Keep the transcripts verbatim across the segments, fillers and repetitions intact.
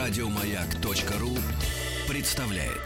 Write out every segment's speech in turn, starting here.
Радиомаяк.ру представляет.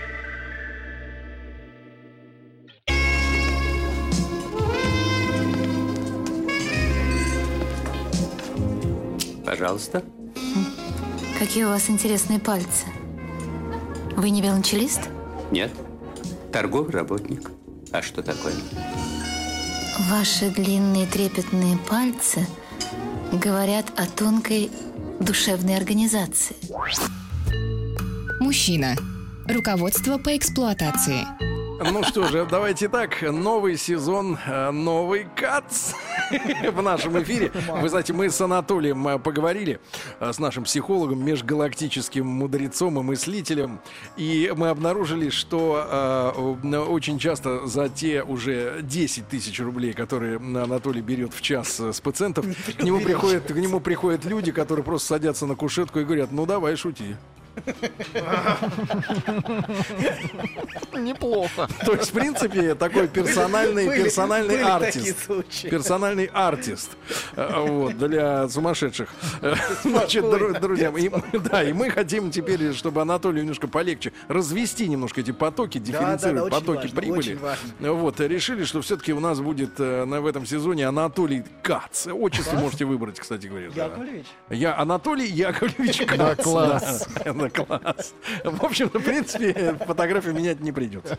Пожалуйста. Какие у вас интересные пальцы. Вы не велончелист? Нет. Торговый работник. А что такое? Ваши длинные трепетные пальцы говорят о тонкой душевной организации. Мужчина. Руководство по эксплуатации. Ну что же, давайте так. Новый сезон, новый КАЦ в нашем эфире. Вы знаете, мы с Анатолием поговорили, с нашим психологом, межгалактическим мудрецом и мыслителем. И мы обнаружили, что э, очень часто за те уже десять тысяч рублей, которые Анатолий берет в час с пациентов, к нему приходят, к нему приходят люди, которые просто садятся на кушетку и говорят: ну давай, шути. Неплохо. То есть, в принципе, такой персональный, Были- персональный были артист. такие случаи. Персональный артист. Э, Вот, для сумасшедших. Э, Значит, дру- друзья, и мы- да, и мы хотим теперь, чтобы Анатолию немножко полегче развести немножко эти потоки, дифференцировать да, очень потоки важно, прибыли. очень важно. Вот, решили, что все-таки у нас будет э, на- в этом сезоне Анатолий Кац. Отчество можете выбрать, кстати говоря. да. Яковлевич? Я Анатолий Яковлевич Кац. Да, класс. Да, да, класс. В общем, в принципе, фотографию менять не придется.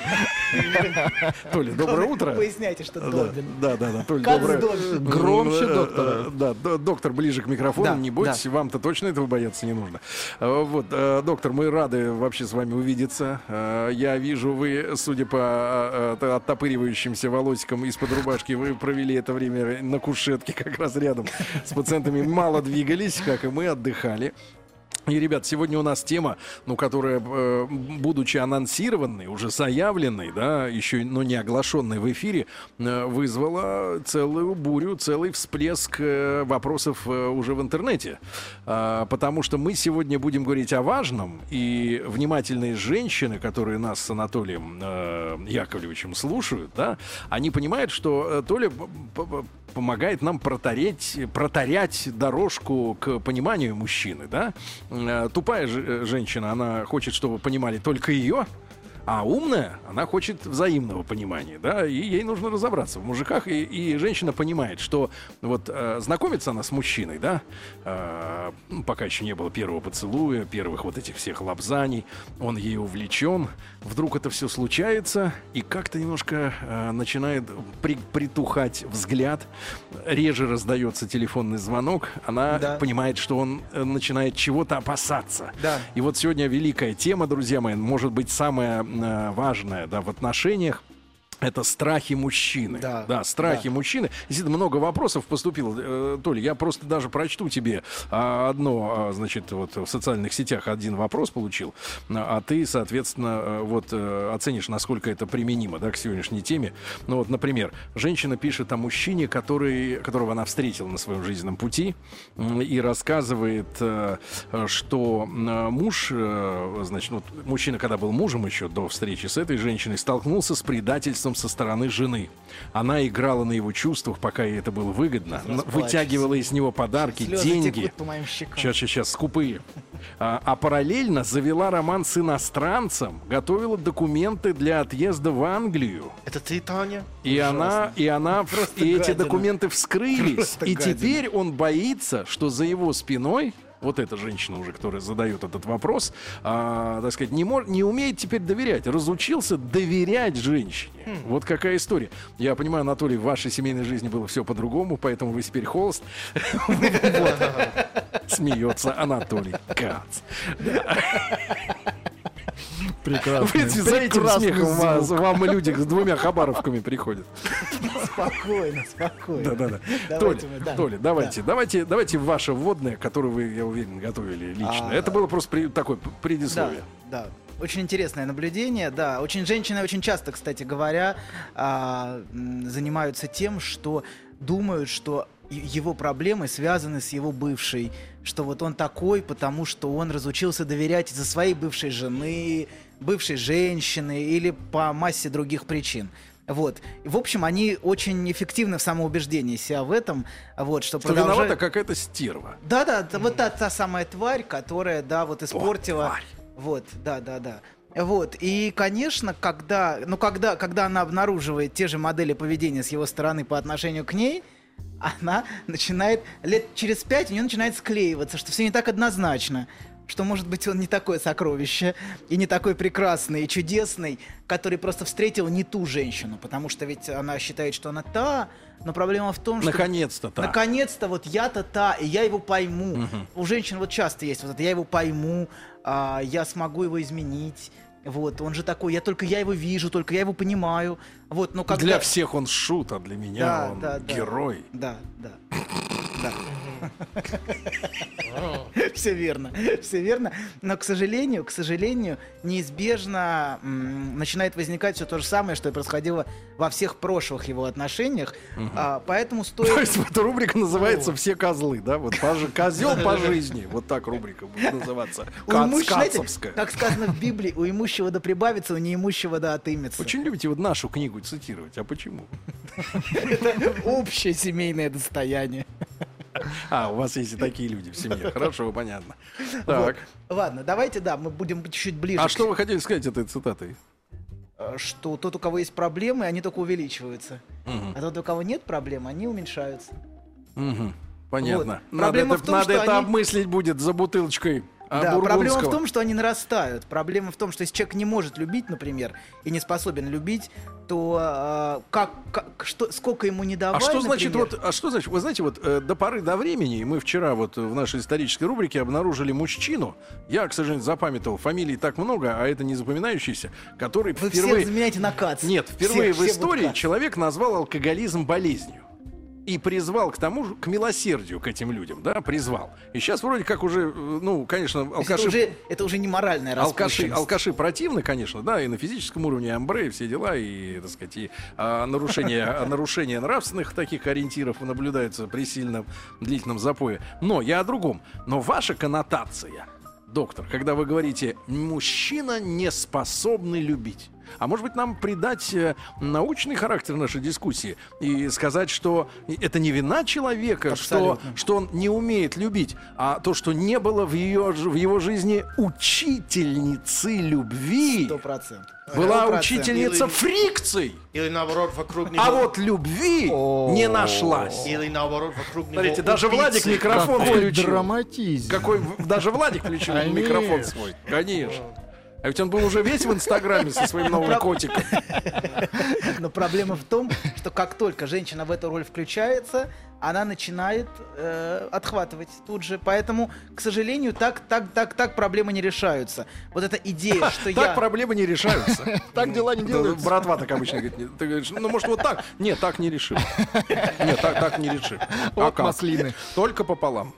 Толя, доброе утро. Поясняйте, что Да, Добин. да, да, да, Толь, Кац доброе. Добин. Громче М, э, доктора. э, Да, д- доктор ближе к микрофону, Да, не бойтесь, вам-то точно этого бояться не нужно. Э, Вот, э, доктор, мы рады вообще с вами увидеться. Э, Я вижу, вы, судя по э, оттопыривающимся волосикам из-под рубашки, вы провели это время на кушетке как раз рядом с пациентами, мало двигались, как и мы, отдыхали. И, ребят, сегодня у нас тема, ну, которая, э, будучи анонсированной, уже заявленной, да, еще, но не оглашенной в эфире, э, вызвала целую бурю, целый всплеск э, вопросов э, уже в интернете. А, потому что мы сегодня будем говорить о важном, и внимательные женщины, которые нас с Анатолием э, Яковлевичем слушают, да, они понимают, что э, Толя п- п- помогает нам протореть, проторять дорожку к пониманию мужчины, да. Э, Тупая же- женщина, она хочет, чтобы понимали только ее, а умная, она хочет взаимного понимания, да, и ей нужно разобраться в мужиках, и, и женщина понимает, что вот э, знакомится она с мужчиной, да, э, ну, пока еще не было первого поцелуя, первых вот этих всех лапзаний, он ей увлечен, вдруг это все случается, и как-то немножко э, начинает при- притухать взгляд, реже раздается телефонный звонок, она Да. понимает, что он э, начинает чего-то опасаться. Да. И вот сегодня великая тема, друзья мои, может быть, самая э, важная, да, в отношениях. Это страхи мужчины. Да, страхи да. мужчины. Действительно, много вопросов поступило. Э, Толя, я просто даже прочту тебе а, одно, а, значит, вот в социальных сетях один вопрос получил, а а ты, соответственно, э, вот э, оценишь, насколько это применимо, да, к сегодняшней теме. Ну вот, например, женщина пишет о мужчине, который, которого она встретила на своем жизненном пути, м, и рассказывает, э, что э, муж, э, значит, вот, мужчина, когда был мужем еще до встречи с этой женщиной, столкнулся с предательством со стороны жены. Она играла на его чувствах, пока ей это было выгодно, н- вытягивала из него подарки, Слезы деньги. текут по моим щекам. Сейчас, сейчас, сейчас, скупые. А, а параллельно завела роман с иностранцем, готовила документы для отъезда в Англию. Это ты, Таня? И она, и она, Просто и эти гадина. документы вскрылись. Просто И гадина. теперь он боится, что за его спиной вот эта женщина уже, которая задает этот вопрос, а, так сказать, не, мож, не умеет теперь доверять, разучился доверять женщине. Вот какая история. Я понимаю, Анатолий, в вашей семейной жизни было все по-другому, поэтому вы теперь холост. Смеется Анатолий Кац. Прекрасно. В принципе, за этим смехом вас- вам и люди с двумя хабаровками приходят. Спокойно, спокойно. Да-да-да. Толя, Давайте мы, да. Толя, давайте, давайте, давайте ваше вводное, которое вы, я уверен, готовили лично. А, Это было просто при- такое п- Да, предисловие. да. Очень интересное наблюдение, да. Очень женщины очень часто, кстати говоря, а, м, занимаются тем, что думают, что и- его проблемы связаны с его бывшей, что вот он такой, потому что он разучился доверять из-за своей бывшей жены, бывшей женщины или по массе других причин. Вот. И, в общем, они очень эффективны в самоубеждении себя в этом. Вот, что Что продолжают- виновата какая-то стерва. Да-да, та- вот та, та самая тварь, которая, да, вот испортила. тварь. Вот, да-да-да. Вот, и, конечно, когда, ну, когда, когда она обнаруживает те же модели поведения с его стороны по отношению к ней, она начинает, лет через пять у нее начинает склеиваться, что все не так однозначно, что, может быть, он не такое сокровище, и не такой прекрасный, и чудесный, который просто встретил не ту женщину, потому что ведь она считает, что она та, но проблема в том, что... Наконец-то так. Наконец-то вот я-то та, и я его пойму. У женщин вот часто есть вот это, я его пойму, а, я смогу его изменить. Вот, он же такой, я только я его вижу, только я его понимаю. Вот, но когда... Для всех он шут, а для меня Да, он да, да. герой. Да, да. Да. Все верно, все верно. Но, к сожалению, к сожалению, неизбежно м, начинает возникать все то же самое, что и происходило во всех прошлых его отношениях. А, поэтому стоит... То есть вот рубрика называется «Все козлы», да? Вот козел по жизни. Вот так рубрика будет называться. У имущ- знаете, Кацовская. как сказано в Библии, у имущего да прибавится, у неимущего да отымется. Очень любите вот нашу книгу цитировать. А почему? Это общее семейное достояние. А, у вас есть и такие люди в семье. Хорошо, понятно. Так. Вот. Ладно, давайте, да, мы будем чуть-чуть ближе. А к- что вы хотели сказать этой цитатой? э, Что тот, у кого есть проблемы, они только увеличиваются. А тот, у кого нет проблем, они уменьшаются. Мгм. Понятно. Вот. Надо, Проблема это, в том, надо что это они- обмыслить будет за бутылочкой а, Да, проблема в бургундского. том, что они нарастают. Проблема в том, что если человек не может любить, например, и не способен любить, то э, как, как- что, сколько ему не давай, А что значит например, вот, а что значит, вы знаете, вот э, до поры до времени, мы вчера вот в нашей исторической рубрике обнаружили мужчину, я, к сожалению, запамятовал, фамилий так много, а это не запоминающийся, который вы впервые... все заменяете на кац. Нет, впервые Все- в все будут истории кац. человек назвал алкоголизм болезнью. И призвал к тому же, к милосердию к этим людям, да, призвал. И сейчас вроде как уже, э, ну, конечно, То есть алкаши... Это уже, это уже не моральная Алкаши, распущенность. алкаши противны, конечно, да, и на физическом уровне амбре, и все дела, и, так сказать, и а, нарушение, а, нарушение нравственных таких ориентиров наблюдаются при сильном длительном запое. Но я о другом. Но ваша коннотация, доктор, когда вы говорите «мужчина не способный любить», а может быть, нам придать э, научный характер нашей дискуссии и сказать, что это не вина человека, что, Абсолютно. что он не умеет любить, а то, что не было в, ее, ж- в его жизни учительницы любви. Сто процентов. Была Сто процентов. учительница фрикций, Или наоборот, вокруг него... а вот любви не нашлась. Или наоборот, вокруг него... Смотрите, даже Владик убийцы. микрофон Какой включил. драматизм. Какой в- даже Владик включил Конечно. микрофон свой. Конечно. А ведь он был уже весь в Инстаграме со своим новым котиком. Но проблема в том, что как только женщина в эту роль включается, она начинает э, отхватывать тут же. Поэтому, к сожалению, так, так, так, так проблемы не решаются. Вот эта идея, что Так я... проблемы не решаются. Так дела не Да, делаются. Братва так обычно говорит. не- Ты говоришь, ну, может, вот так? Нет, так не решим. Нет, так, так не решим. А Вот как? маслины. Только пополам.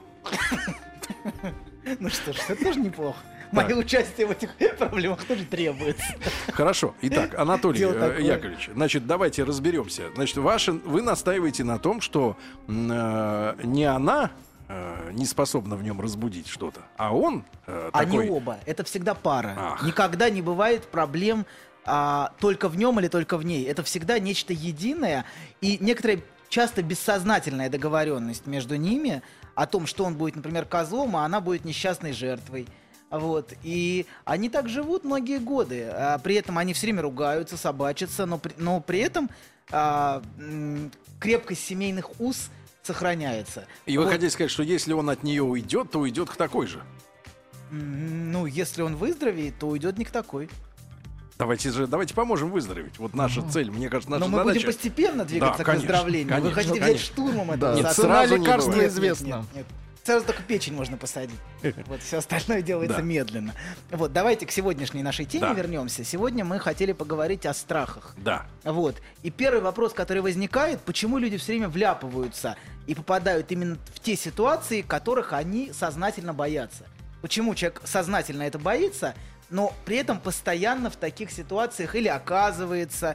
Ну что ж, это тоже неплохо. Мое участие в этих проблемах тоже требуется. Хорошо. Итак, Анатолий Дело э, такое. Яковлевич, значит, давайте разберемся. Значит, ваши, вы настаиваете на том, что м, э, не она э, не способна в нем разбудить что-то, а он э, Они такой... оба. Это всегда пара. Ах. Никогда не бывает проблем а, только в нем или только в ней. Это всегда нечто единое и некоторая часто бессознательная договоренность между ними о том, что он будет, например, козлом, а она будет несчастной жертвой. Вот. И они так живут многие годы. А при этом они все время ругаются, собачатся, но при, но при этом а, м, крепкость семейных уз сохраняется. И вы Вот. хотите сказать, что если он от нее уйдет, то уйдет к такой же? М, Ну, если он выздоровеет, то уйдет не к такой. Давайте же, давайте поможем выздороветь. Вот наша цель, мне кажется, наша Но мы задача... будем постепенно двигаться Да, к конечно, выздоровлению. Вы конечно, хотите взять конечно. штурмом это? Да. Нет, соответственно- сразу не лекарство бывает. известно. Нет, нет. Сразу только печень можно посадить. Вот, все остальное делается Да. медленно. Вот, давайте к сегодняшней нашей теме Да. вернемся. Сегодня мы хотели поговорить о страхах. Да. Вот. И первый вопрос, который возникает, почему люди все время вляпываются и попадают именно в те ситуации, которых они сознательно боятся. Почему человек сознательно это боится, но при этом постоянно в таких ситуациях или оказывается,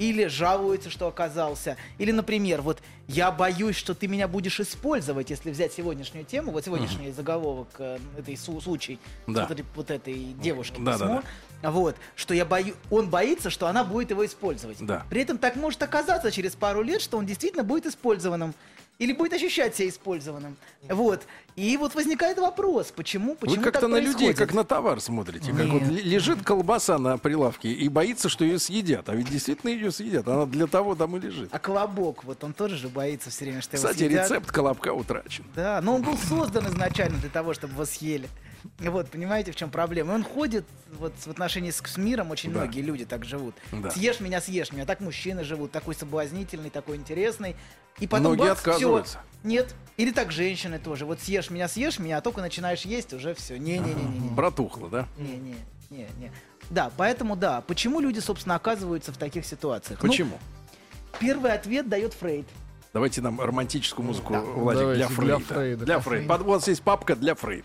или жалуется, что оказался, или, например, вот я боюсь, что ты меня будешь использовать, если взять сегодняшнюю тему, вот сегодняшний uh-huh. заголовок э, этой су- случай да. вот, этой, вот этой девушки да, письмо, да, да. вот, что я бою, он боится, что она будет его использовать. Да. При этом так может оказаться через пару лет, что он действительно будет использованным. Или будет ощущать себя использованным. Вот. И вот возникает вопрос, почему, почему Вы как-то так на происходит? людей, как на товар смотрите. Как вот л- лежит колбаса на прилавке и боится, что ее съедят. А ведь действительно ее съедят. Она для того там и лежит. А колобок, вот он тоже же боится все время, что Кстати, его съедят. рецепт колобка утрачен. Да, но он был создан изначально для того, чтобы его съели. Вот, понимаете, в чем проблема? И он ходит, вот в отношении с, с миром очень Да. многие люди так живут. Да. Съешь меня, съешь меня. Так мужчины живут, такой соблазнительный, такой интересный. И потом Многие бац, отказываются. всё. Нет. Или так женщины тоже. Вот съешь меня, съешь меня, а только начинаешь есть, уже все. Не-не-не-не. Братухло, да? Не-не. Не-не. Да, поэтому да. Почему люди, собственно, оказываются в таких ситуациях? Почему? Ну, первый ответ дает Фрейд. Давайте нам романтическую музыку, Да. Владик, Давайте, для для Фрейда. Фрейда. Для Фрейда. Под- Вот здесь папка для Фрейда.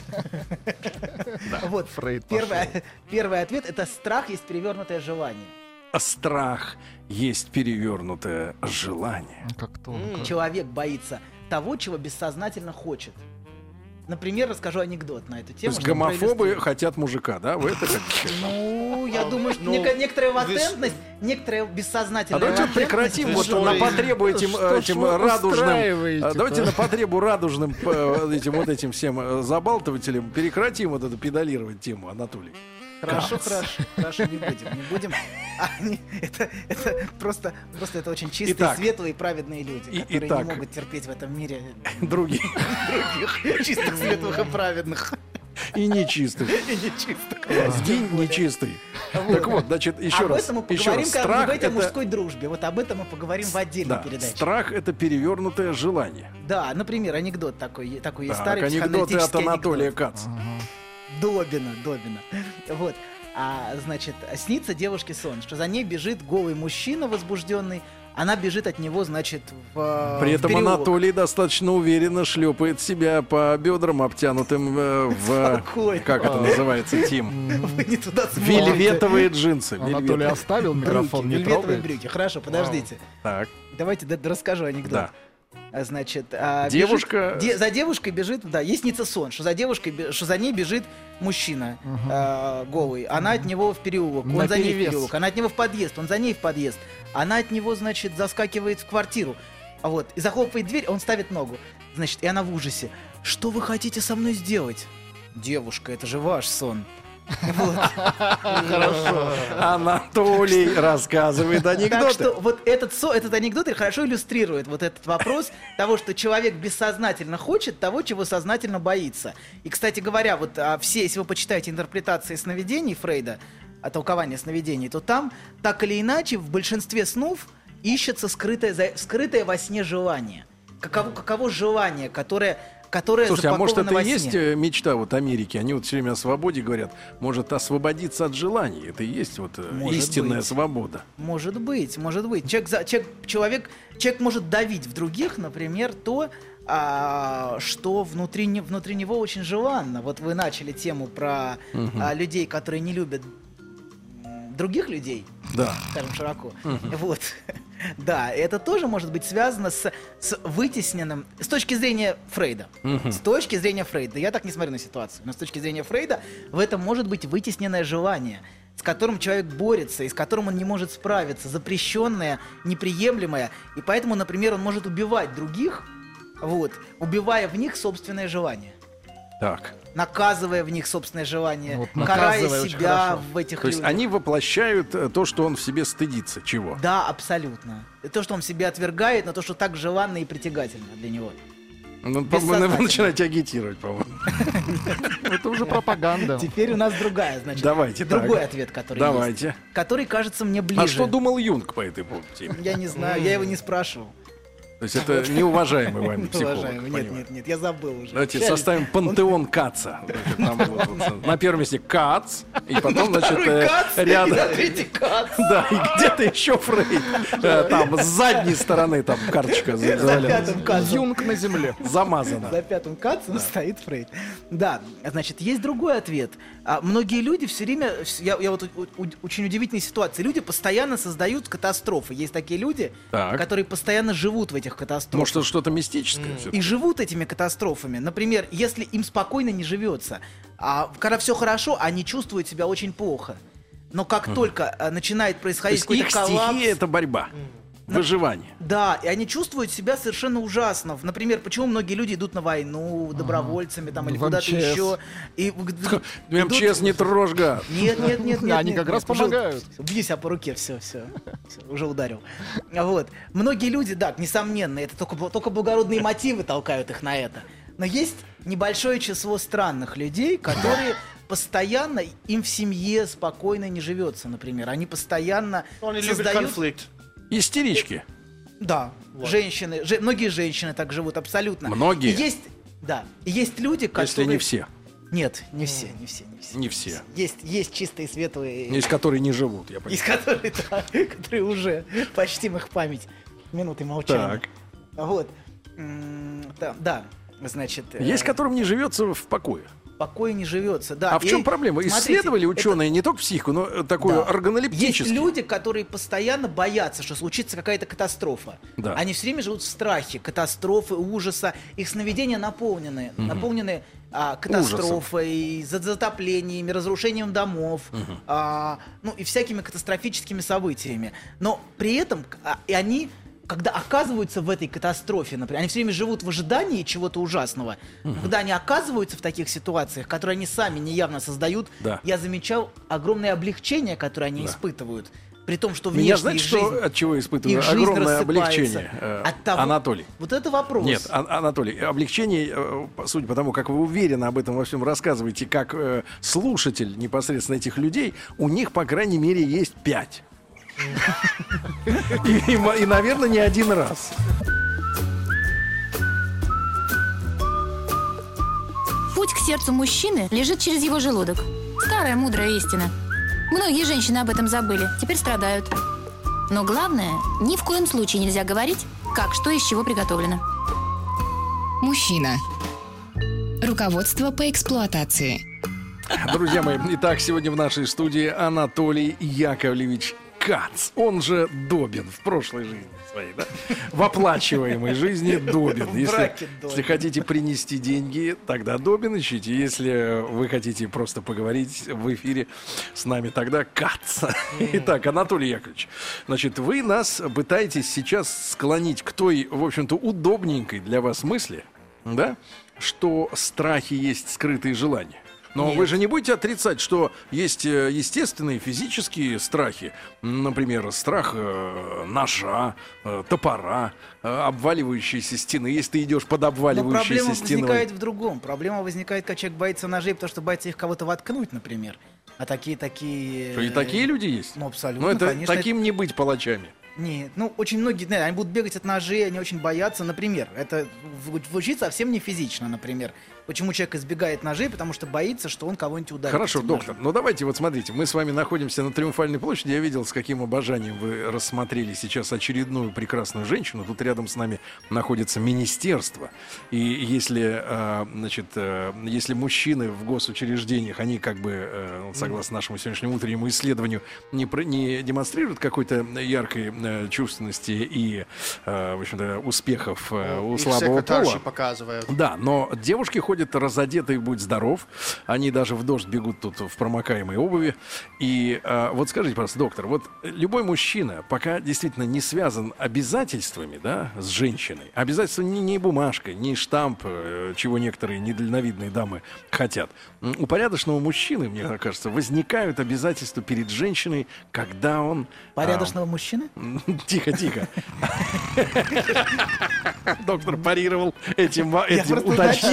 Вот. Фрейд Первый, первый ответ — это страх есть перевернутое желание. А страх есть перевернутое желание. Ну, как тонко. Человек боится того, чего бессознательно хочет. Например, расскажу анекдот на эту То тему. есть чтобы гомофобы проиллюстрировать. хотят мужика, да? Вы это хотите? Ну, я думаю, что ну, нека- некоторая вы с- латентность, некоторая А бессознательная давайте вот латентность. прекратим вот Истории. на потребу этим, Что ж этим вы радужным. устраиваете-то? а, Давайте на потребу радужным э, этим вот этим всем э, забалтывателям прекратим вот это педалировать тему, Анатолий. Хорошо, хорошо, хорошо, не будем, не будем. Они- это, это просто, просто это очень чистые, Итак. светлые, праведные люди, И- которые итак. не могут терпеть в этом мире Другие. других чистых, светлых и праведных. И нечистый. И нечистых. Сгинь нечистый. Так вот, значит, еще об раз. этом мы Еще поговорим раз. как Страх бы о это... мужской дружбе. Вот об этом мы поговорим в отдельной Да, передаче. страх это перевернутое желание. Да, например, анекдот такой, такой есть Так, старый анекдоты от психоаналитический Анатолия анекдот. Кац. Добина, Добина. Вот. А, значит, снится девушке сон, что за ней бежит голый мужчина возбужденный. Она бежит от него, значит, в При в этом переулок. Анатолий достаточно уверенно шлепает себя по бедрам, обтянутым э, в... Спокойно. Как это называется, Тим? Вы не туда смотрите. Вельветовые джинсы. Анатолий вельветовые. оставил микрофон, Брюки, не вельветовые трогает. брюки. Хорошо, подождите. Так, Давайте д- расскажу анекдот. да. А, Значит, а, Девушка- бежит- де- за девушкой бежит, да, ей снится сон, что за девушкой, бе- что за ней бежит мужчина а, голый. Она от него в переулок, он за ней в Наперевес. переулок, она от него в подъезд, он за ней в подъезд. Она от него, значит, заскакивает в квартиру, а вот и захлопывает дверь, он ставит ногу, значит, и она в ужасе. Что вы хотите со мной сделать? Девушка, это же ваш сон. Вот. Хорошо. Анатолий рассказывает Так анекдоты. что вот этот, со- этот анекдот хорошо иллюстрирует вот этот вопрос того, что человек бессознательно хочет того, чего сознательно боится. И, кстати говоря, вот а, все, если вы почитаете интерпретации сновидений Фрейда, а, толкование сновидений, то там так или иначе в большинстве снов ищется скрытое, за- скрытое во сне желание. Каково, каково желание, которое... которое Слушайте, а может запаковано это и во сне. есть э, мечта вот Америки? Они вот все время о свободе говорят. Может освободиться от желаний. Это и есть вот э, Может истинная быть. свобода. Может быть, может быть. Человек, за- человек, человек, человек может давить в других, например, то, а, что внутри, не- внутри него очень желанно. Вот вы начали тему про а, людей, которые не любят м, других людей, Да. скажем широко. Вот. Да, это тоже может быть связано с, с вытесненным, с точки зрения Фрейда. С точки зрения Фрейда. Я так не смотрю на ситуацию, но с точки зрения Фрейда в этом может быть вытесненное желание, с которым человек борется и с которым он не может справиться, запрещенное, неприемлемое. И поэтому, например, он может убивать других, вот, убивая в них собственное желание. Так. Наказывая в них собственное желание, Вот, карая наказывая очень себя хорошо. в этих То есть людях. они воплощают э, то, что он в себе стыдится. Чего? Да, абсолютно. И то, что он себя отвергает, но то, что так желанно и притягательно для него. Ну, по- вы бессознательно. начинаете агитировать, по-моему. Это уже пропаганда. Теперь у нас другая, значит. Давайте, так. Другой ответ, который Давайте. есть. Который кажется мне ближе. А что думал Юнг по этой теме? Я не знаю, я его не спрашивал. То есть это неуважаемый вами психолог. Уважаемый, нет, понимаю. нет, нет, я забыл уже. Давайте Печально. составим пантеон Каца. Значит, там вот, вот, на первом месте Кац, и потом, значит, Второй э, Кац, и рядом... на третий Кац. Да, и где-то еще Фрейд. Э, Там, с задней стороны там карточка За завалялась. пятым Кацом. Юнг на земле. Замазана. За пятым Кацем стоит Фрейд. Да, значит, есть другой ответ. А, многие люди все время, я, я вот у- у- очень удивительная ситуация. Люди постоянно создают катастрофы. Есть такие люди, Так. которые постоянно живут в этих катастрофах. Может, это что-то мистическое? всё-таки? И живут этими катастрофами. Например, если им спокойно не живется, а когда все хорошо, они чувствуют себя очень плохо. Но как только а, начинает То происходить есть их какой-то коллапс, стихия — это борьба, выживание. да, и они чувствуют себя совершенно ужасно. Например, почему многие люди идут на войну добровольцами там или В куда-то эм че эс. еще. И эм че эс не трожь, гад. Нет, нет, нет, нет. Они нет, как нет, раз уже- помогают. Бью себя по руке, все, все, уже ударил. Вот. Многие люди, да, несомненно, это только, только благородные мотивы толкают их на это. Но есть небольшое число странных людей, которые постоянно, им в семье спокойно не живется, например. Они постоянно Он не любит создают... конфликт. Истерички. Да, женщины, же- многие женщины так живут, абсолютно. Многие? И есть, да, и есть люди, которые... Если не все. Нет, не все, не все, не все. Не все. Есть, есть чистые, светлые... Из которые не живут, я Из понимаю. которых, да, которые уже почтим их память. Минуты молчания. Так. Вот. М, Да, да, значит... э, Есть, которым не живется в покое. покое не живется, да. А в И чем проблема? смотрите, Исследовали это- ученые не только психику, но э, такую Да. органолептическую. Есть люди, которые постоянно боятся, что случится какая-то катастрофа. Да. Они все время живут в страхе, катастрофы, ужаса. Их сновидения наполнены, наполнены а, катастрофой, за- затоплениями, разрушением домов, а, ну и всякими катастрофическими событиями. Но при этом а, и они, когда оказываются в этой катастрофе, например, они все время живут в ожидании чего-то ужасного. Но когда они оказываются в таких ситуациях, которые они сами неявно создают, Да. я замечал огромное облегчение, которое они Да. испытывают. При том, что Меня внешняя знаете, жизнь, что, от чего испытываю? их жизнь Огромное рассыпается. облегчение. э, От того- Анатолий. Вот это вопрос. Нет, А- Анатолий, облегчение, э, судя по тому, как вы уверенно об этом во всем рассказываете, как э, слушатель непосредственно этих людей, у них, по крайней мере, есть пять. И, и, мо- и, наверное, не один раз. Путь к сердцу мужчины лежит через его желудок. Старая мудрая истина. Многие женщины об этом забыли, теперь страдают. Но главное, ни в коем случае нельзя говорить, как что из чего приготовлено. Мужчина. Руководство по эксплуатации. Друзья мои, итак, сегодня в нашей студии Анатолий Яковлевич Кац, он же Добин в прошлой жизни своей, да? В оплачиваемой жизни Добин. В Если, браке Добин. если хотите принести деньги, тогда Добин ищите. Если вы хотите просто поговорить в эфире с нами, тогда Кац. Итак, Анатолий Яковлевич, значит, вы нас пытаетесь сейчас склонить к той, в общем-то, удобненькой для вас мысли, да, что страхи есть скрытые желания. Но Нет. вы же не будете отрицать, что есть э, естественные физические страхи. М, Например, страх э, ножа, э, топора, э, обваливающейся стены. Если ты идешь под Но обваливающейся проблема стеной. возникает в другом. Проблема возникает, когда человек боится ножей, потому что боится их кого-то воткнуть, например. А такие такие. Что и такие люди есть. Ну, абсолютно. Но это конечно, таким не быть палачами. Нет, ну очень многие, знаете, они будут бегать от ножей, они очень боятся, например. Это в- звучит совсем не физично, например. Почему человек избегает ножей? Потому что боится, что он кого-нибудь ударит. Хорошо, этим доктор, ножом. ну давайте вот смотрите, мы с вами находимся на Триумфальной площади. Я видел, с каким обожанием вы рассмотрели сейчас очередную прекрасную женщину. Тут рядом с нами находится министерство. И если, э, значит, э, если мужчины в госучреждениях, они как бы, э, вот согласно нашему сегодняшнему утреннему исследованию, не, про- не демонстрируют какой-то яркой э, чувственности и, э, в общем-то, успехов э, у И все слабого катарши пола. показывают. Да, но девушки ходят разодетые, будь здоров. Они даже в дождь бегут тут в промокаемой обуви. И а, вот скажите, пожалуйста, доктор, вот любой мужчина, пока действительно не связан обязательствами, да, с женщиной, обязательства не, не бумажкой, не штамп, э, чего некоторые недальновидные дамы хотят. М, У порядочного мужчины, мне кажется, возникают обязательства перед женщиной, когда он... а, Порядочного мужчины? Тихо, тихо. Доктор парировал этим, Я этим просто уточнением. уточнил,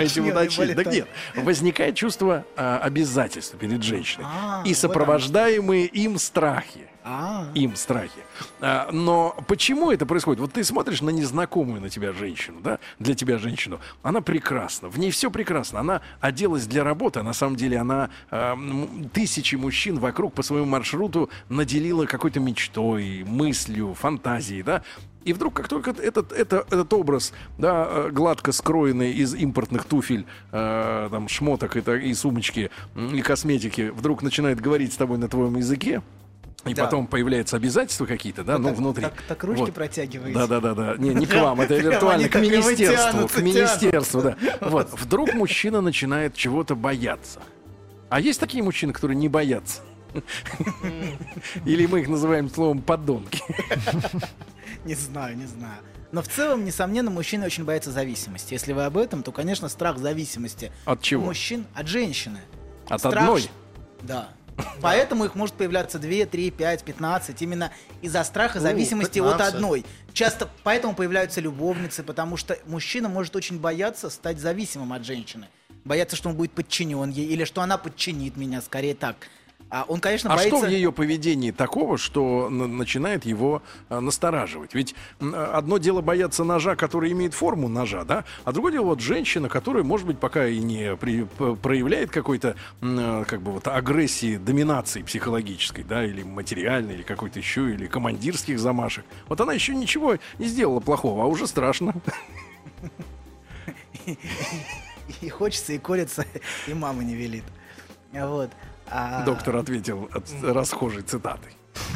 желаете Уточненный уточнить. Так политолог. нет, возникает чувство а, обязательства перед женщиной А, и вот сопровождаемые им страхи. А, Им страхи. А, но почему это происходит? Вот ты смотришь на незнакомую на тебя женщину, да, для тебя женщину. Она прекрасна, в ней все прекрасно. Она оделась для работы, а на самом деле она а, м, тысячи мужчин вокруг по своему маршруту наделила какой-то мечтой, мыслью, фантазией, да. И вдруг, как только этот, этот, этот образ, да, э, гладко скроенный из импортных туфель, э, там, шмоток и, так- и сумочки, м, и косметики, вдруг начинает говорить с тобой на твоем языке, и Да. потом появляются обязательства какие-то, да, ну, так, внутри. Так, так ручки Вот. протягиваете. Да, да, да, да. Не, не к вам, это Прям виртуально, они к так и министерству. тянутся, К министерству, да. Вот. Вдруг мужчина начинает чего-то бояться. А есть такие мужчины, которые не боятся? Или мы их называем словом подонки? Не знаю, не знаю. Но в целом, несомненно, мужчины очень боятся зависимости. Если вы об этом, то, конечно, страх зависимости От чего? у мужчин от женщины. От Страх, одной? ш- Да. Поэтому их может появляться два, три, пять, пятнадцать именно из-за страха зависимости от пятнадцать. одной. Часто поэтому появляются любовницы, потому что мужчина может очень бояться стать зависимым от женщины. Бояться, что он будет подчинен ей, или что она подчинит меня, скорее так. А он, конечно, А боится... что в ее поведении такого, что н- начинает его а, настораживать? Ведь м, одно дело бояться ножа, который имеет форму ножа, да, а другое дело вот женщина, которая, может быть, пока и не при- п- проявляет какой-то м, э, как бы вот агрессии, доминации психологической, да, или материальной, или какой-то еще, или командирских замашек. Вот она еще ничего не сделала плохого, а уже страшно. И хочется, и колется, и мама не велит. Вот. А, Доктор ответил от расхожей цитатой.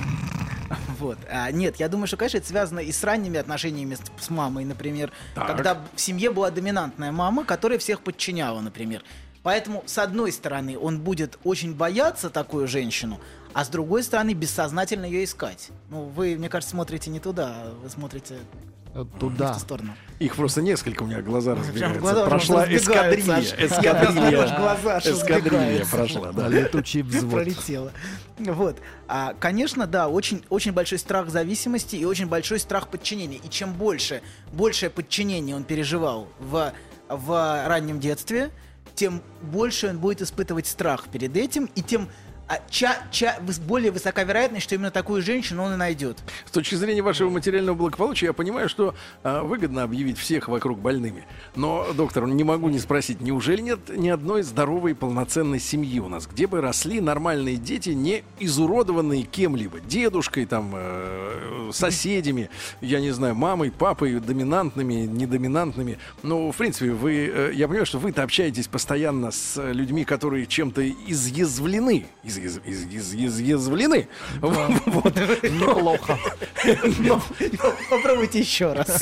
Вот. А, нет, я думаю, что, конечно, это связано и с ранними отношениями с, с мамой, например. Так. Когда в семье была доминантная мама, которая всех подчиняла, например. Поэтому, с одной стороны, он будет очень бояться такую женщину, а с другой стороны, бессознательно ее искать. Ну, вы, мне кажется, смотрите не туда, а вы смотрите Э, в Туда. ту сторону. Их просто несколько, у меня глаза разбегаются. глаза уже Прошла разбегаются, эскадрилья. аж. Эскадрилья. Аж глаза аж Эскадрилья разбегаются. прошла, да. Летучий взвод. Пролетело. Вот. А, конечно, да, очень, очень большой страх зависимости и очень большой страх подчинения. И чем больше, большее подчинение он переживал в, в раннем детстве, тем больше он будет испытывать страх перед этим, и тем а, ча, ча, выс- более высока вероятность, что именно такую женщину он и найдет. С точки зрения вашего материального благополучия, я понимаю, что а, выгодно объявить всех вокруг больными. Но, доктор, не могу не спросить, неужели нет ни одной здоровой полноценной семьи у нас, где бы росли нормальные дети, не изуродованные кем-либо, дедушкой, там, э, соседями, я не знаю, мамой, папой, доминантными, недоминантными. Ну, в принципе, вы, э, я понимаю, что вы-то общаетесь постоянно с людьми, которые чем-то изъязвлены, из, из, из, из- изъязвлены. Вот. Неплохо. Но- Попробуйте еще раз.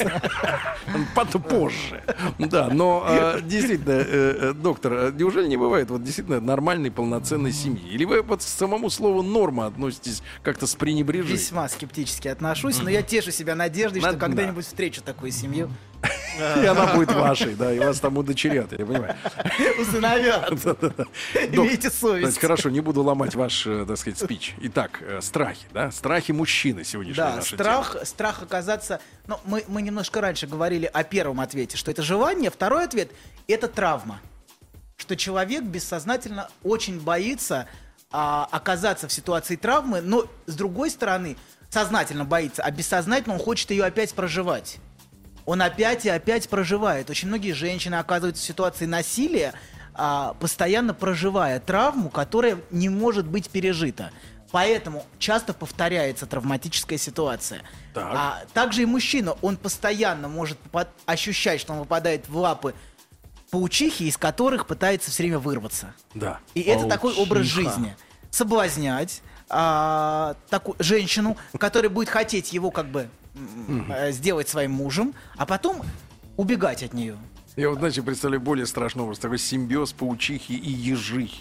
Потом позже. Да, но э, действительно, э, э, доктор, э, неужели не бывает вот действительно нормальной, полноценной семьи? Или вы вот к самому слову норма относитесь как-то с пренебрежением? Весьма скептически отношусь, но я тешу себя надеждой, Да, что когда-нибудь встречу такую семью. И она будет вашей, да, и вас там удочерят, я понимаю. Усыновят. Имейте совесть. Значит, хорошо, не буду ломать ваш, э, так сказать, спич. Итак, э, страхи, да, страхи мужчины сегодняшняя Да, наша страх, тема. страх оказаться... Ну, мы, мы немножко раньше говорили о первом ответе, что это желание. Второй ответ — это травма. Что человек бессознательно очень боится а, оказаться в ситуации травмы, но, с другой стороны, сознательно боится, а бессознательно он хочет ее опять проживать. Он опять и опять проживает. Очень многие женщины оказываются в ситуации насилия, а, постоянно проживая травму, которая не может быть пережита. Поэтому часто повторяется травматическая ситуация. Так. А также и мужчина, он постоянно может попад- ощущать, что он выпадает в лапы паучихи, из которых пытается все время вырваться. Да. И это такой образ жизни. Соблазнять а, такую женщину, которая будет хотеть его как бы м, э, сделать своим мужем, а потом убегать от нее. Я вот, знаете, представляю более страшный образ. Такой симбиоз паучихи и ежихи.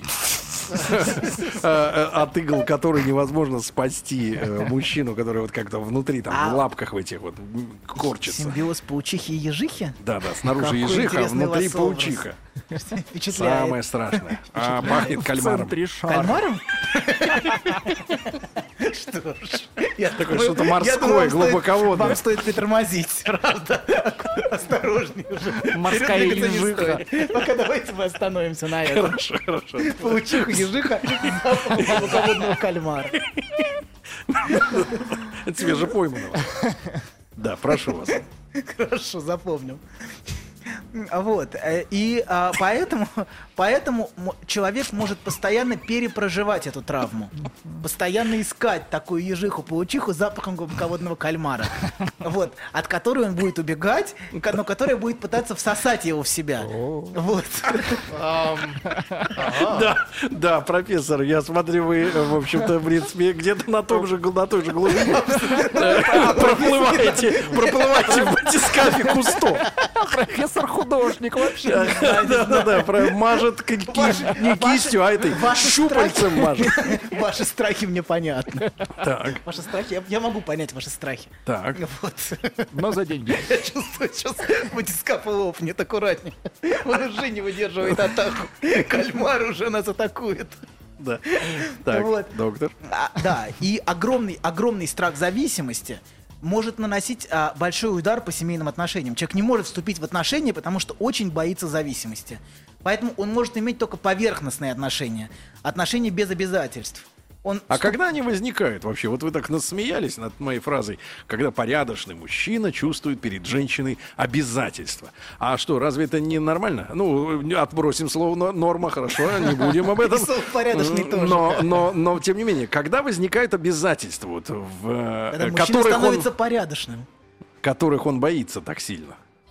От игл, который невозможно спасти э, мужчину, который вот как-то внутри, там, А- в лапках в этих вот м, корчится. Симбиоз паучихи и ежихи? Да, да, снаружи Какой ежиха, а интересный внутри у вас образ. паучиха. Впечатляет. Самое страшное. А пахнет В кальмаром. центре шара. Кальмаром? Что ж. Я Такое думаю- что-то я морское, думаю, вам стоит- глубоководное. Вам стоит притормозить, правда. Осторожнее уже. Морская Вперед двигаться не ежиха. стоит. Пока давайте мы остановимся на этом. Хорошо, хорошо. Паучиха, ежиха, запах глубоководного кальмара. Это свежепойманного. Да, прошу вас. Хорошо, запомнил. А Вот. э, И а, поэтому, поэтому м- человек может постоянно перепроживать эту травму. Постоянно искать такую ежиху-паучиху с запахом глубоководного кальмара. Вот. От которой он будет убегать, ко- но которая будет пытаться всосать его в себя. Вот. Да, да, профессор, я смотрю, вы, в общем-то, в принципе, где-то на том же, на той же глубине э, проплываете, проплываете в батискафе Кусто. Профессор художник вообще. Да, да, да, про- мажет к- ки- не кистью, а этой ваши щупальцем мажет. Ваши страхи мне понятны. Так, Ваши страхи, я, я могу понять ваши страхи. так. Вот. Но за деньги. Я чувствую, сейчас батискаф лопнет, аккуратнее. Он уже не выдерживает атаку. Кальмар уже нас атакует. Да. Так, Вот. доктор. А, да, и огромный, огромный страх зависимости может наносить а, большой удар по семейным отношениям. Человек не может вступить в отношения, потому что очень боится зависимости. Поэтому он может иметь только поверхностные отношения. Отношения без обязательств. Он А вступ- когда они возникают вообще? Вот вы так насмеялись над моей фразой, когда порядочный мужчина чувствует перед женщиной обязательства. А что, разве это не нормально? Ну, отбросим слово но- норма, хорошо, не будем об этом. И слово порядочный тоже. Но, но, но, тем не менее, когда возникают обязательства, вот, в, э, Когда мужчина которых, он, становится порядочным. которых он боится так сильно?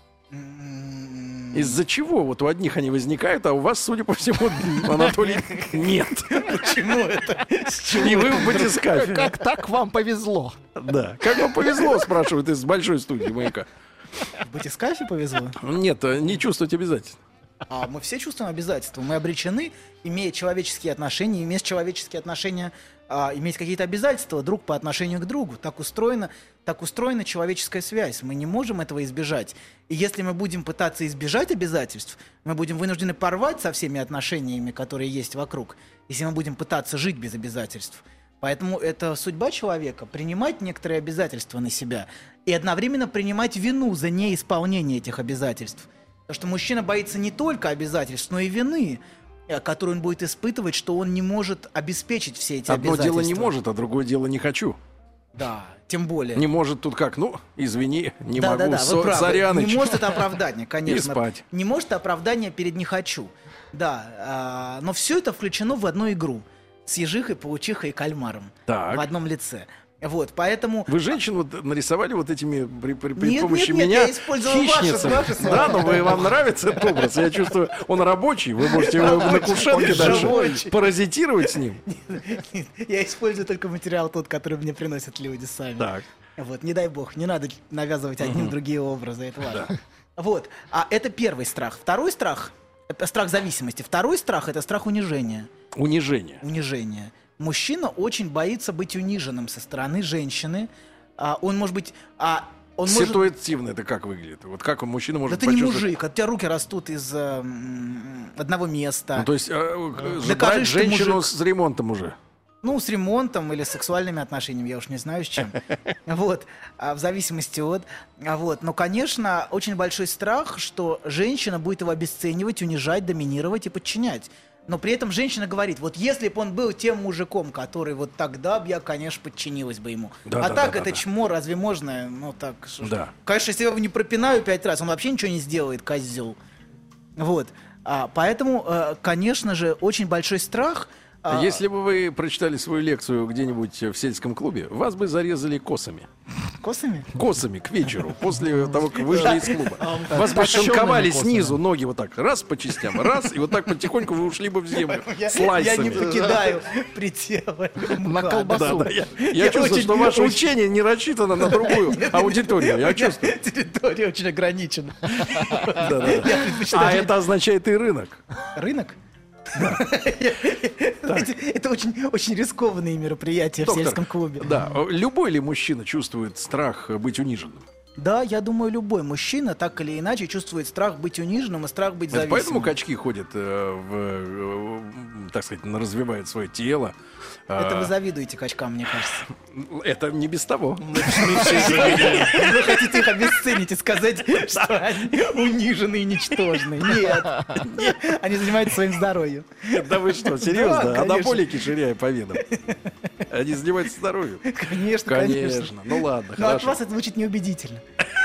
Из-за чего вот у одних они возникают, а у вас, судя по всему, Анатолий, нет. Почему это? И вы в батискафе. Как так вам повезло? Да. Как вам повезло, спрашивают из большой студии «Маяка». В батискафе повезло? Нет, не чувствовать обязательств. А мы все чувствуем обязательства. Мы обречены, имея человеческие отношения, иметь человеческие отношения, а, иметь какие-то обязательства друг по отношению к другу. Так устроена, так устроена человеческая связь. Мы не можем этого избежать. И если мы будем пытаться избежать обязательств, мы будем вынуждены порвать со всеми отношениями, которые есть вокруг, если мы будем пытаться жить без обязательств. Поэтому это судьба человека — принимать некоторые обязательства на себя и одновременно принимать вину за неисполнение этих обязательств. Потому что мужчина боится не только обязательств, но и вины, э, которую он будет испытывать, что он не может обеспечить все эти Одно обязательства. дело не может, а другое дело не хочу. Да, тем более. Не может тут как, ну, извини, не да, могу, да, да, со- вы правы. Соряныч. Не может это оправдание, конечно. И спать. Не может оправдание перед «не хочу». Да, а, но все это включено в одну игру с ежихой, паучихой и кальмаром Так. в одном лице. Вот, поэтому... Вы женщин вот нарисовали вот этими при, при- при Нет, помощи нет, нет, меня я использовал ваши- хищницами. ваши слова. Да, но вы, вам нравится этот образ. Я чувствую, он рабочий. Вы можете его на кушетке он дальше рабочий. паразитировать с ним. Я использую только материал тот, который мне приносят люди сами. Так. Вот, не дай бог, не надо навязывать одним другие образы, это важно. Вот, а это первый страх. Второй страх — это страх зависимости. Второй страх — это страх унижения. Унижение. Унижение. Мужчина очень боится быть униженным со стороны женщины. А, он может быть... А, он может... Ситуативно это как выглядит? Вот как он, мужчина, Да может ты не почувствовать? мужик, от тебя руки растут из э, м, одного места. Ну, то есть э, э, Докажи, брать что ты женщину мужик. с ремонтом уже. Ну, с ремонтом или с сексуальными отношениями, я уж не знаю с чем. Вот, а в зависимости от... а Вот, но, конечно, очень большой страх, что женщина будет его обесценивать, унижать, доминировать и подчинять. Но при этом женщина говорит, вот если бы он был тем мужиком, который вот тогда бы я, конечно, подчинилась бы ему. Да, а да, так да, это да, чмо, разве можно? Ну так, что ж. Да. Конечно, если я его не пропинаю пять раз, он вообще ничего не сделает, козел. Вот. А, поэтому, э, конечно же, очень большой страх. а, Если бы вы прочитали свою лекцию где-нибудь в сельском клубе, вас бы зарезали косами. Косами? Косами к вечеру, после того, как вышли из клуба. Вас бы Топчёными шинковали косами. снизу, ноги вот так, раз по частям, раз, и вот так потихоньку вы ушли бы в землю Я, я слайсами. не покидаю предела. На Да, колбасу. да, я, я Я чувствую, очень- что ваше очень- учение не рассчитано на другую аудиторию. Я чувствую. Территория очень ограничена. Да, да, да. Я предпочитаю А это означает и рынок. рынок. Эти- Это очень, очень рискованные мероприятия в Доктор, сельском клубе. Да, любой ли мужчина чувствует страх быть униженным? Да, я думаю, любой мужчина так или иначе чувствует страх быть униженным и страх быть Это зависимым. поэтому качки ходят, э, в, э, так сказать, на- развивают свое тело. Это А, вы завидуете качкам, мне кажется. это не без того. Вы хотите их обесценить и сказать, что они унижены и ничтожны. Нет, нет, они занимаются своим здоровьем. Да вы что, серьезно? Да, конечно. Анаболики ширяя по венам. Они занимаются здоровьем. Конечно, конечно. Конечно. Ну ладно, Но от хорошо. вас это звучит неубедительно.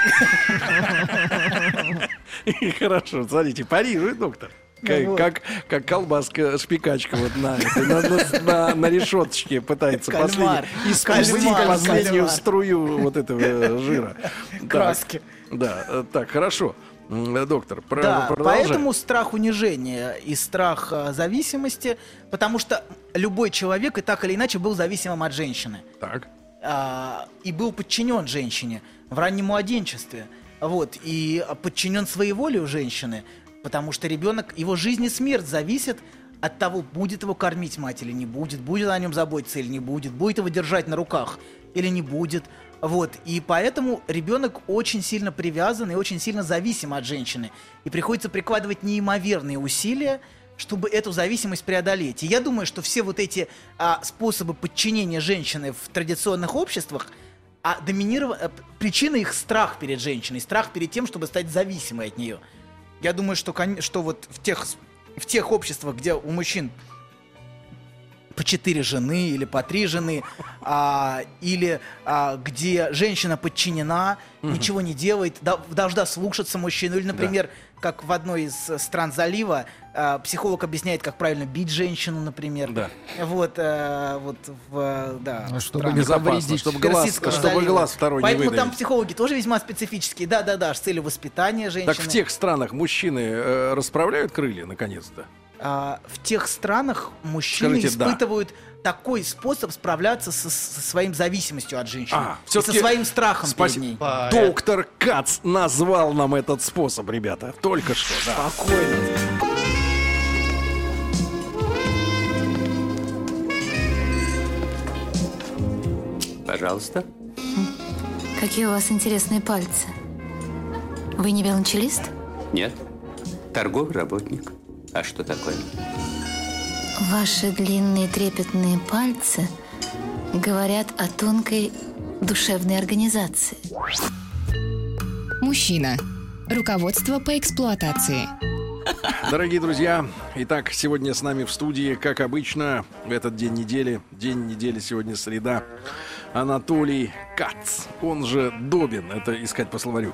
Хорошо, смотрите, парирует доктор. Ну Как, вот. как, как колбаска, шпикачка вот на, этой, на, на, на- на решеточке пытается Кальмар. последний- испустить Кальмар, последнюю кальмар. струю вот этого жира. Так, Краски. Да, э, так, хорошо. М, Доктор, про- Да, продолжаем. поэтому страх унижения и страх э, зависимости, потому что любой человек и так или иначе был зависимым от женщины. Так. а, и был подчинен женщине в раннем младенчестве. Вот, и подчинен своей воле у женщины, потому что ребенок, его жизнь и смерть зависит от того, будет его кормить мать или не будет, будет о нем заботиться или не будет, будет его держать на руках или не будет. Вот, и поэтому ребенок очень сильно привязан и очень сильно зависим от женщины. И приходится прикладывать неимоверные усилия, чтобы эту зависимость преодолеть. И я думаю, что все вот эти а, способы подчинения женщины в традиционных обществах, а доминиров... а, причина их страх перед женщиной, страх перед тем, чтобы стать зависимой от нее. Я думаю, что, кон- что вот в тех, с- в тех обществах, где у мужчин по четыре жены или по три жены, а, или а, где женщина подчинена, ничего не делает, до- должна слушаться мужчину. Или, например, как в одной из э, стран залива, а, психолог объясняет, как правильно бить женщину, например. Да. Вот, э, вот в, э, да, Ну, в чтобы странах не Безопасно, повредить чтобы глаз, Персидского чтобы залива. глаз второй Поэтому не там выдавить. психологи тоже весьма специфические. Да-да-да, с целью воспитания женщины. Так в тех странах мужчины э, расправляют крылья, наконец-то? А, в тех странах мужчины Скажите, да. испытывают такой способ справляться со, со своей зависимостью от женщины. А, и со всё-таки своим страхом спасибо. перед ней. Доктор Кац назвал нам этот способ, ребята. Только что, да. Спокойно. Пожалуйста. Какие у вас интересные пальцы. Вы не велончелист? Нет. Торговый работник. А что такое? Ваши длинные трепетные пальцы говорят о тонкой душевной организации. Мужчина. Руководство по эксплуатации. Дорогие друзья, итак, сегодня с нами в студии, как обычно, в этот день недели, день недели сегодня среда, Анатолий Кац, он же Добин, это искать по словарю.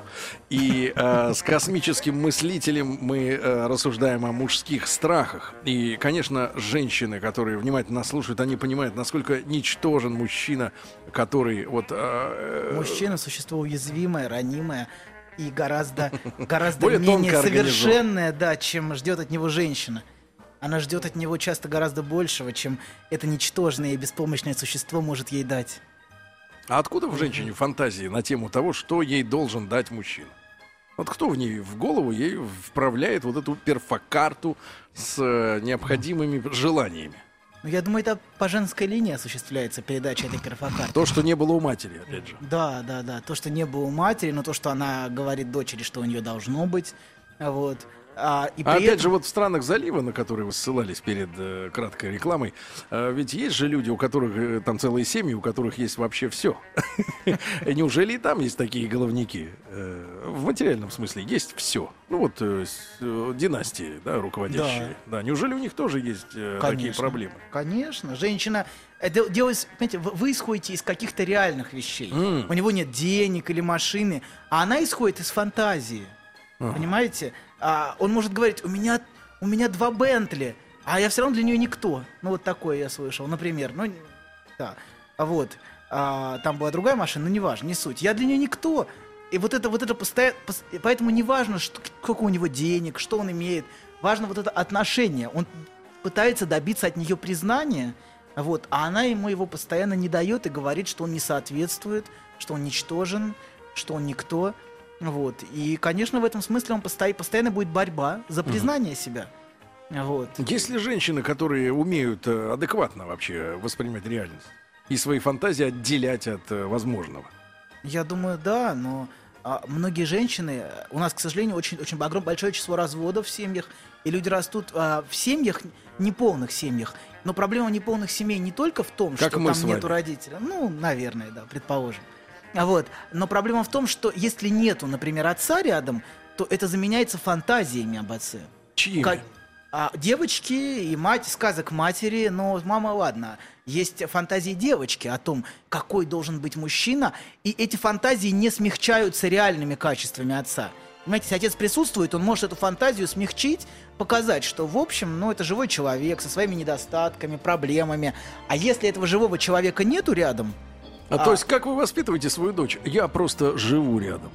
И э, с космическим мыслителем мы э, рассуждаем о мужских страхах. И, конечно, женщины, которые внимательно нас слушают, они понимают, насколько ничтожен мужчина, который вот... э, Мужчина — существо уязвимое, ранимое и гораздо, гораздо Более менее тонко организован. совершенное, да, чем ждет от него женщина. Она ждет от него часто гораздо большего, чем это ничтожное и беспомощное существо может ей дать. А откуда в женщине фантазии на тему того, что ей должен дать мужчина? Вот кто в ней в голову ей вправляет вот эту перфокарту с э, необходимыми желаниями? Ну, я думаю, это по женской линии осуществляется передача этой перфокарты. То, что не было у матери, опять же. Да, да, да. То, что не было у матери, но то, что она говорит дочери, что у нее должно быть. Вот. А, и А при опять этом- же, вот в странах залива, на которые вы ссылались перед э, краткой рекламой, э, ведь есть же люди, у которых э, там целые семьи, у которых есть вообще все. Неужели и там есть такие головники? Э, В материальном смысле есть все. Ну вот э, с- э, династии, да, руководящие. Да. Неужели у них тоже есть э, такие Конечно. проблемы? Конечно. Женщина... Это делать, понимаете, вы вы исходите из каких-то реальных вещей. М. У него нет денег или машины, а она исходит из фантазии. Понимаете? А он может говорить, у меня, у меня два Бентли, а я все равно для нее никто. Ну, вот такое я слышал, например. Ну, да. А вот. А, там была другая машина, но неважно, не суть. Я для нее никто. И вот это, вот это постоянно... Поэтому не важно, что, сколько у него денег, что он имеет. Важно вот это отношение. Он пытается добиться от нее признания, вот, а она ему его постоянно не дает и говорит, что он не соответствует, что он ничтожен, что он никто. Вот. И, конечно, в этом смысле он посто- постоянно будет борьба за признание себя. Вот. Есть ли женщины, которые умеют э, адекватно вообще воспринимать реальность и свои фантазии отделять от э, возможного? Я думаю, да, но а, многие женщины, у нас, к сожалению, очень, очень огромное, большое число разводов в семьях, и люди растут а, в семьях, неполных семьях. Но проблема неполных семей не только в том, Как что мы там с вами. нету родителей. Ну, наверное, да, предположим. А вот. Но проблема в том, что если нету, например, отца рядом, то это заменяется фантазиями об отце. Чьими? Как- а, девочки и мать, сказок матери, но мама, ладно. Есть фантазии девочки о том, какой должен быть мужчина, и эти фантазии не смягчаются реальными качествами отца. Понимаете, если отец присутствует, он может эту фантазию смягчить, показать, что, в общем, ну, это живой человек со своими недостатками, проблемами. А если этого живого человека нету рядом, А, А. то есть, как вы воспитываете свою дочь? Я просто живу рядом.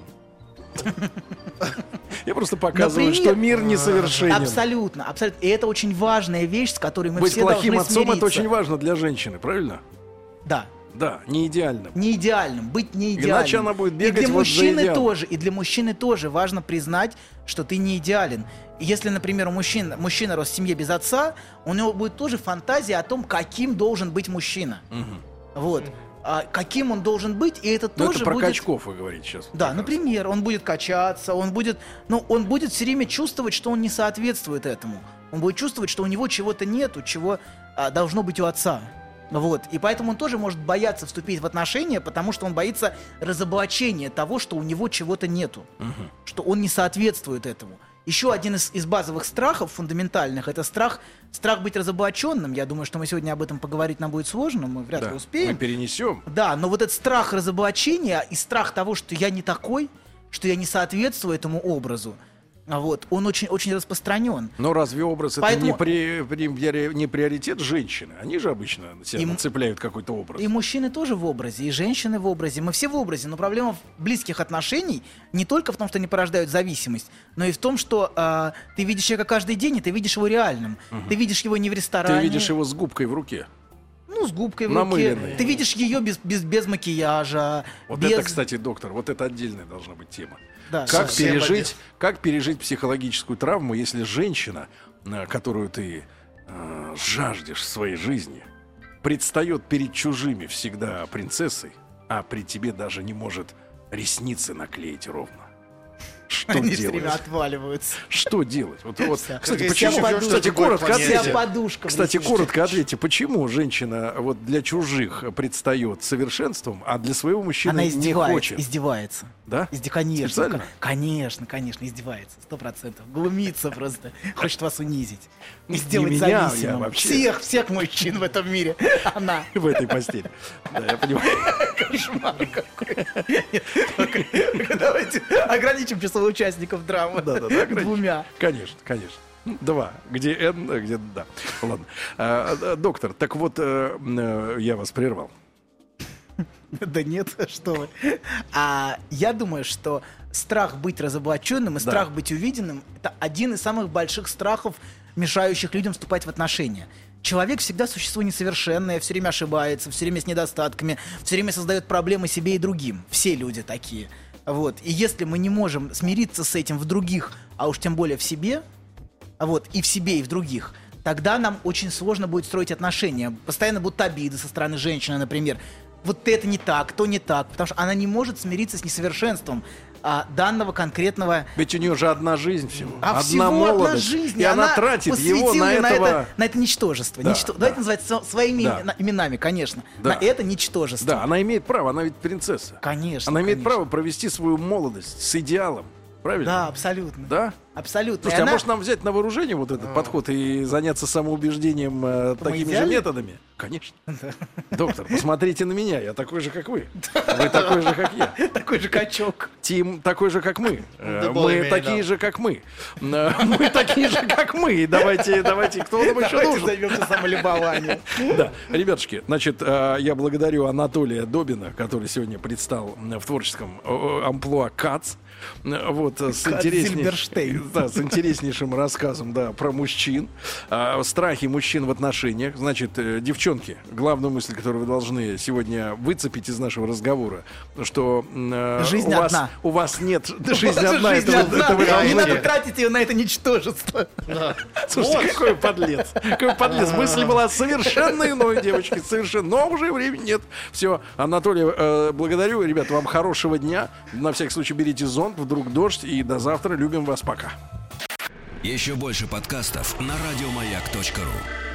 Я просто показываю, Например, что мир несовершенен. абсолютно, абсолютно. И это очень важная вещь, с которой мы Быть все плохим должны отцом — это смириться. очень важно для женщины, правильно? Да. Да, не идеальным. Не идеальным, быть не идеальным. Иначе она будет бегать и для вот за мужчины идеалом. тоже, и для мужчины тоже важно признать, что ты не идеален. И если, например, у мужчин, мужчина рос в семье без отца, у него будет тоже фантазия о том, каким должен быть мужчина. Вот. А каким он должен быть, и это Ну, тоже это про будет... качков вы говорите сейчас. Да, как раз. например, он будет качаться, он будет, ну, он будет все время чувствовать, что он не соответствует этому. Он будет чувствовать, что у него чего-то нету, чего а, должно быть у отца. Вот. И поэтому он тоже может бояться вступить в отношения, потому что он боится разоблачения того, что у него чего-то нету, что он не соответствует этому. Еще один из, из базовых страхов фундаментальных — это страх, страх быть разоблаченным. Я думаю, что мы сегодня об этом поговорить нам будет сложно, мы вряд Да, ли успеем. мы перенесем. Да, но вот этот страх разоблачения и страх того, что я не такой, что я не соответствую этому образу, а вот, он очень, очень распространен. Но разве образ Поэтому- это не, при, при- не приоритет женщины? Они же обычно себя Им- нацепляют какой-то образ. И мужчины тоже в образе, и женщины в образе, мы все в образе, но проблема в близких отношений не только в том, что они порождают зависимость, но и в том, что а, ты видишь человека каждый день, и ты видишь его реальным. Ты видишь его не в Ты ресторане. видишь его с губкой в руке. Ну, с губкой в руке. Намыленной. Ты видишь ее без, без, без макияжа. Вот без... это, кстати, доктор, вот это отдельная должна быть тема. Да. Как Совсем пережить, как пережить психологическую травму, если женщина, э, которую ты э, жаждешь в своей жизни, предстает перед чужими всегда принцессой, а при тебе даже не может ресницы наклеить ровно? Что Они все время делать? отваливаются. Что делать? Вот, вот, Вся- кстати, вся почему, подушка кстати, другой коротко планете. ответьте. Вся подушка в Кстати, ресницах. коротко ответьте, почему женщина вот для чужих предстает совершенством, а для своего мужчины Она не издевается, хочет? издевается. Да? Изде- Конечно, Специально? ко- конечно, конечно, издевается, сто процентов. Глумится просто, хочет вас унизить и Не сделать меня, я зависимым. вообще. Всех, всех мужчин в этом мире. Она. В этой постели. Да, я понимаю. Кошмар какой. Давайте ограничим число участников драмы. Да-да-да, ограничим. Двумя. Конечно, конечно. Два. Где N, а где да. Ладно. А, а, доктор, так вот, э, э, я вас прервал. Да нет, что вы. А я думаю, что страх быть разоблаченным и Да. страх быть увиденным — это один из самых больших страхов, мешающих людям вступать в отношения. Человек всегда существо несовершенное, все время ошибается, все время с недостатками, все время создает проблемы себе и другим. Все люди такие. Вот. И если мы не можем смириться с этим в других, а уж тем более в себе, вот, и в себе, и в других, тогда нам очень сложно будет строить отношения. Постоянно будут обиды со стороны женщины, например. Вот это не так, то не так, потому что она не может смириться с несовершенством а, данного конкретного... Ведь у нее же одна жизнь всего. А одна всего молодость. одна жизнь, и она, тратит его посвятила на на этого... это, на это ничтожество. Да, Ничто- да. Давайте называть со- своими Да. имена- именами, конечно. Да. На это ничтожество. Да, она имеет право, она ведь принцесса. Конечно. Она имеет конечно. право провести свою молодость с идеалом. Правильно? Да, абсолютно. Да? Абсолютно. Слушайте, И а она- может нам взять на вооружение вот этот подход и заняться самоубеждением э, такими же идеале? методами? Конечно. Доктор, посмотрите на меня, я такой же, как вы. Вы такой же, как я. Такой же качок. Тим такой же, как мы. Э, Да Мы более-менее, такие да. же, как мы. Э, Мы такие же, как мы. И Давайте, давайте, кто нам еще Давайте нужен? займемся самолюбованием. Да, ребятушки, значит, э, я благодарю Анатолия Добина, который сегодня предстал в творческом э, амплуа КАЦ. Вот, с, Как интересней- Зильберштейн. да, с интереснейшим рассказом, да, про мужчин. А, страхи мужчин в отношениях. Значит, э, девчонки, главную мысль, которую вы должны сегодня выцепить из нашего разговора, что э, Жизнь у, вас, одна. у вас нет... Жизнь У вас одна, жизнь это, вы- одна, это вы Не должны... надо тратить ее на это ничтожество. Слушайте, какой подлец. Какой подлец. Мысль была совершенно иной, девочки. Совершенно. Но уже времени нет. Все. Анатолий, э, благодарю. Ребят, вам хорошего дня. На всякий случай берите зонт. Вдруг дождь. И до завтра. Любим вас. Пока. Еще больше подкастов на радиомаяк точка ру.